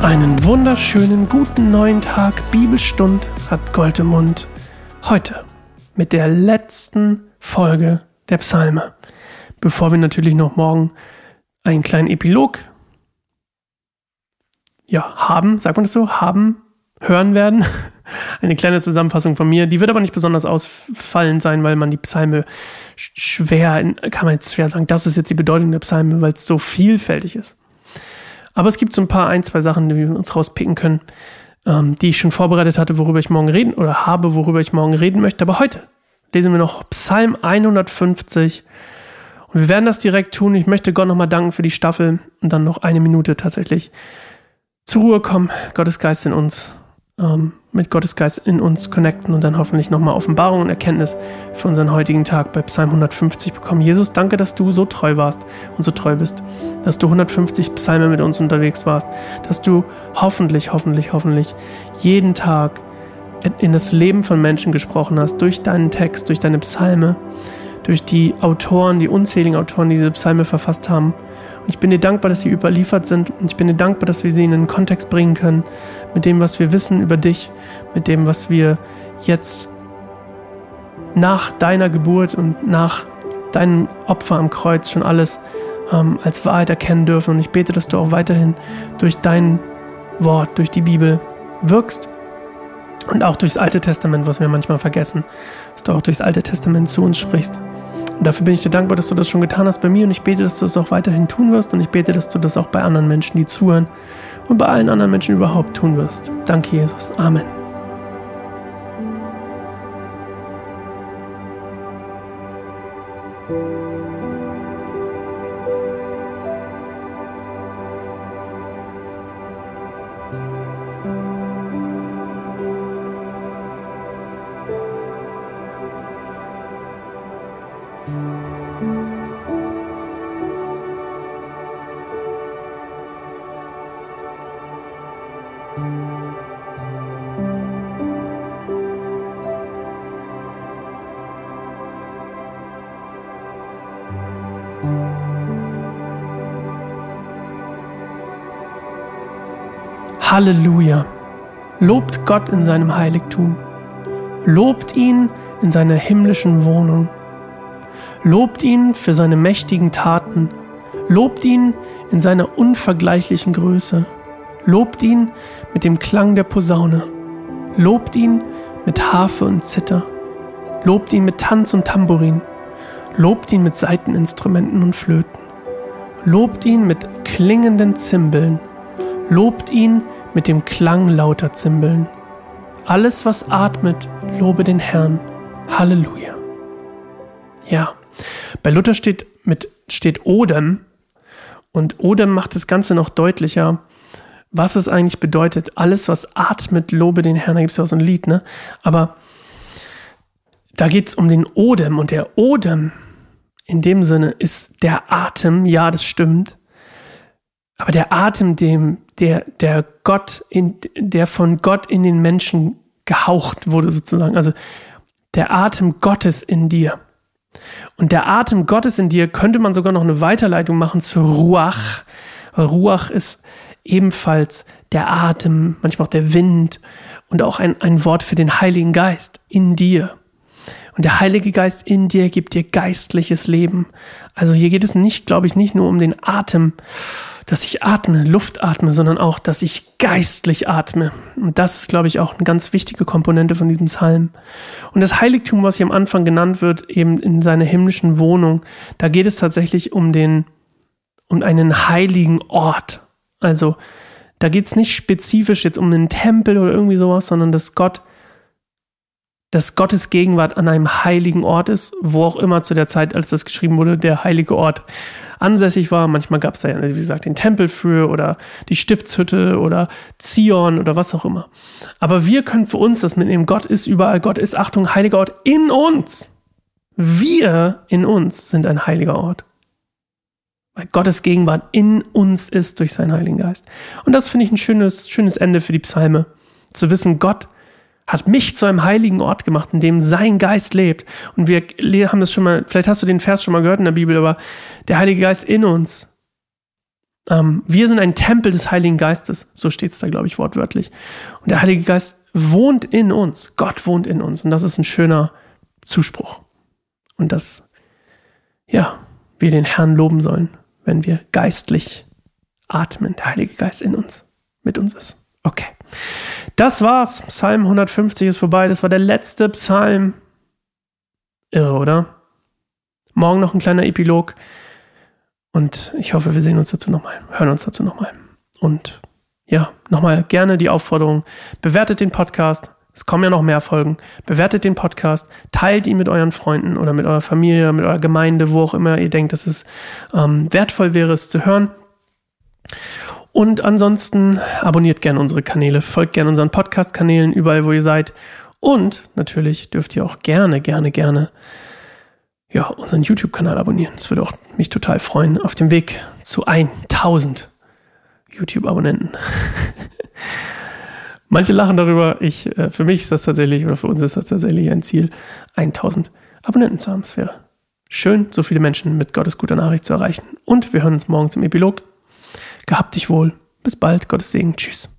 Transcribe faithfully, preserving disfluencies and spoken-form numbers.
Einen wunderschönen guten neuen Tag, Bibelstund hat Gold im Mund. Heute mit der letzten Folge der Psalme. Bevor wir natürlich noch morgen einen kleinen Epilog ja, haben, sagt man das so, haben, hören werden. Eine kleine Zusammenfassung von mir. Die wird aber nicht besonders ausfallend sein, weil man die Psalme schwer, kann man jetzt schwer sagen, das ist jetzt die Bedeutung der Psalme, weil es so vielfältig ist. Aber es gibt so ein paar, ein, zwei Sachen, die wir uns rauspicken können, ähm, die ich schon vorbereitet hatte, worüber ich morgen reden oder habe, worüber ich morgen reden möchte. Aber heute lesen wir noch Psalm hundertfünfzig und wir werden das direkt tun. Ich möchte Gott nochmal danken für die Staffel und dann noch eine Minute tatsächlich zur Ruhe kommen, Gottes Geist in uns, ähm, mit Gottes Geist in uns connecten und dann hoffentlich nochmal Offenbarung und Erkenntnis für unseren heutigen Tag bei Psalm hundertfünfzig bekommen. Jesus, danke, dass du so treu warst und so treu bist, dass du hundertfünfzig Psalme mit uns unterwegs warst, dass du hoffentlich, hoffentlich, hoffentlich jeden Tag in das Leben von Menschen gesprochen hast, durch deinen Text, durch deine Psalme, durch die Autoren, die unzähligen Autoren, die diese Psalme verfasst haben. Und ich bin dir dankbar, dass sie überliefert sind. Und ich bin dir dankbar, dass wir sie in einen Kontext bringen können mit dem, was wir wissen über dich, mit dem, was wir jetzt nach deiner Geburt und nach deinem Opfer am Kreuz schon alles ähm, als Wahrheit erkennen dürfen. Und ich bete, dass du auch weiterhin durch dein Wort, durch die Bibel wirkst und auch durchs Alte Testament, was wir manchmal vergessen, dass du auch durchs Alte Testament zu uns sprichst. Und dafür bin ich dir dankbar, dass du das schon getan hast bei mir und ich bete, dass du das auch weiterhin tun wirst und ich bete, dass du das auch bei anderen Menschen, die zuhören und bei allen anderen Menschen überhaupt tun wirst. Danke, Jesus. Amen. Halleluja! Lobt Gott in seinem Heiligtum. Lobt ihn in seiner himmlischen Wohnung. Lobt ihn für seine mächtigen Taten. Lobt ihn in seiner unvergleichlichen Größe. Lobt ihn mit dem Klang der Posaune. Lobt ihn mit Harfe und Zither. Lobt ihn mit Tanz und Tambourin. Lobt ihn mit Saiteninstrumenten und Flöten. Lobt ihn mit klingenden Zimbeln. Lobt ihn mit dem Klang lauter Zimbeln. Alles, was atmet, lobe den Herrn. Halleluja. Ja, bei Luther steht, mit, steht Odem und Odem macht das Ganze noch deutlicher, was es eigentlich bedeutet. Alles, was atmet, lobe den Herrn. Da gibt es ja auch so ein Lied, ne? Aber da geht es um den Odem und der Odem in dem Sinne ist der Atem, ja, das stimmt. Aber der Atem, dem, der, der Gott, in, der von Gott in den Menschen gehaucht wurde sozusagen, also der Atem Gottes in dir. Und der Atem Gottes in dir könnte man sogar noch eine Weiterleitung machen zu Ruach. Ruach ist ebenfalls der Atem, manchmal auch der Wind und auch ein, ein Wort für den Heiligen Geist in dir. Und der Heilige Geist in dir gibt dir geistliches Leben. Also hier geht es nicht, glaube ich, nicht nur um den Atem, dass ich atme, Luft atme, sondern auch, dass ich geistlich atme. Und das ist, glaube ich, auch eine ganz wichtige Komponente von diesem Psalm. Und das Heiligtum, was hier am Anfang genannt wird, eben in seiner himmlischen Wohnung, da geht es tatsächlich um den, um einen heiligen Ort. Also da geht es nicht spezifisch jetzt um einen Tempel oder irgendwie sowas, sondern dass Gott, dass Gottes Gegenwart an einem heiligen Ort ist, wo auch immer zu der Zeit, als das geschrieben wurde, der heilige Ort ansässig war. Manchmal gab es da ja, wie gesagt, den Tempel für oder die Stiftshütte oder Zion oder was auch immer. Aber wir können für uns das mitnehmen. Gott ist überall. Gott ist, Achtung, heiliger Ort in uns. Wir in uns sind ein heiliger Ort. Weil Gottes Gegenwart in uns ist durch seinen Heiligen Geist. Und das finde ich ein schönes, schönes Ende für die Psalme. Zu wissen, Gott hat mich zu einem heiligen Ort gemacht, in dem sein Geist lebt. Und wir haben das schon mal, vielleicht hast du den Vers schon mal gehört in der Bibel, aber der Heilige Geist in uns, Ähm, wir sind ein Tempel des Heiligen Geistes, so steht es da, glaube ich, wortwörtlich. Und der Heilige Geist wohnt in uns, Gott wohnt in uns und das ist ein schöner Zuspruch. Und dass, ja, wir den Herrn loben sollen, wenn wir geistlich atmen, der Heilige Geist in uns, mit uns ist. Okay, das war's. Psalm hundertfünfzig ist vorbei, das war der letzte Psalm. Irre, oder? Morgen noch ein kleiner Epilog. Und ich hoffe, wir sehen uns dazu nochmal, hören uns dazu nochmal. Und ja, nochmal gerne die Aufforderung, bewertet den Podcast. Es kommen ja noch mehr Folgen. Bewertet den Podcast, teilt ihn mit euren Freunden oder mit eurer Familie, mit eurer Gemeinde, wo auch immer ihr denkt, dass es ähm, wertvoll wäre, es zu hören. Und ansonsten abonniert gerne unsere Kanäle, folgt gerne unseren Podcast-Kanälen, überall, wo ihr seid. Und natürlich dürft ihr auch gerne, gerne, gerne ja, unseren YouTube-Kanal abonnieren. Das würde auch mich total freuen, auf dem Weg zu tausend YouTube-Abonnenten. Manche lachen darüber. Ich, äh, für mich ist das tatsächlich, oder für uns ist das tatsächlich ein Ziel, tausend Abonnenten zu haben. Es wäre schön, so viele Menschen mit Gottes guter Nachricht zu erreichen. Und wir hören uns morgen zum Epilog. Gehabt dich wohl. Bis bald. Gottes Segen. Tschüss.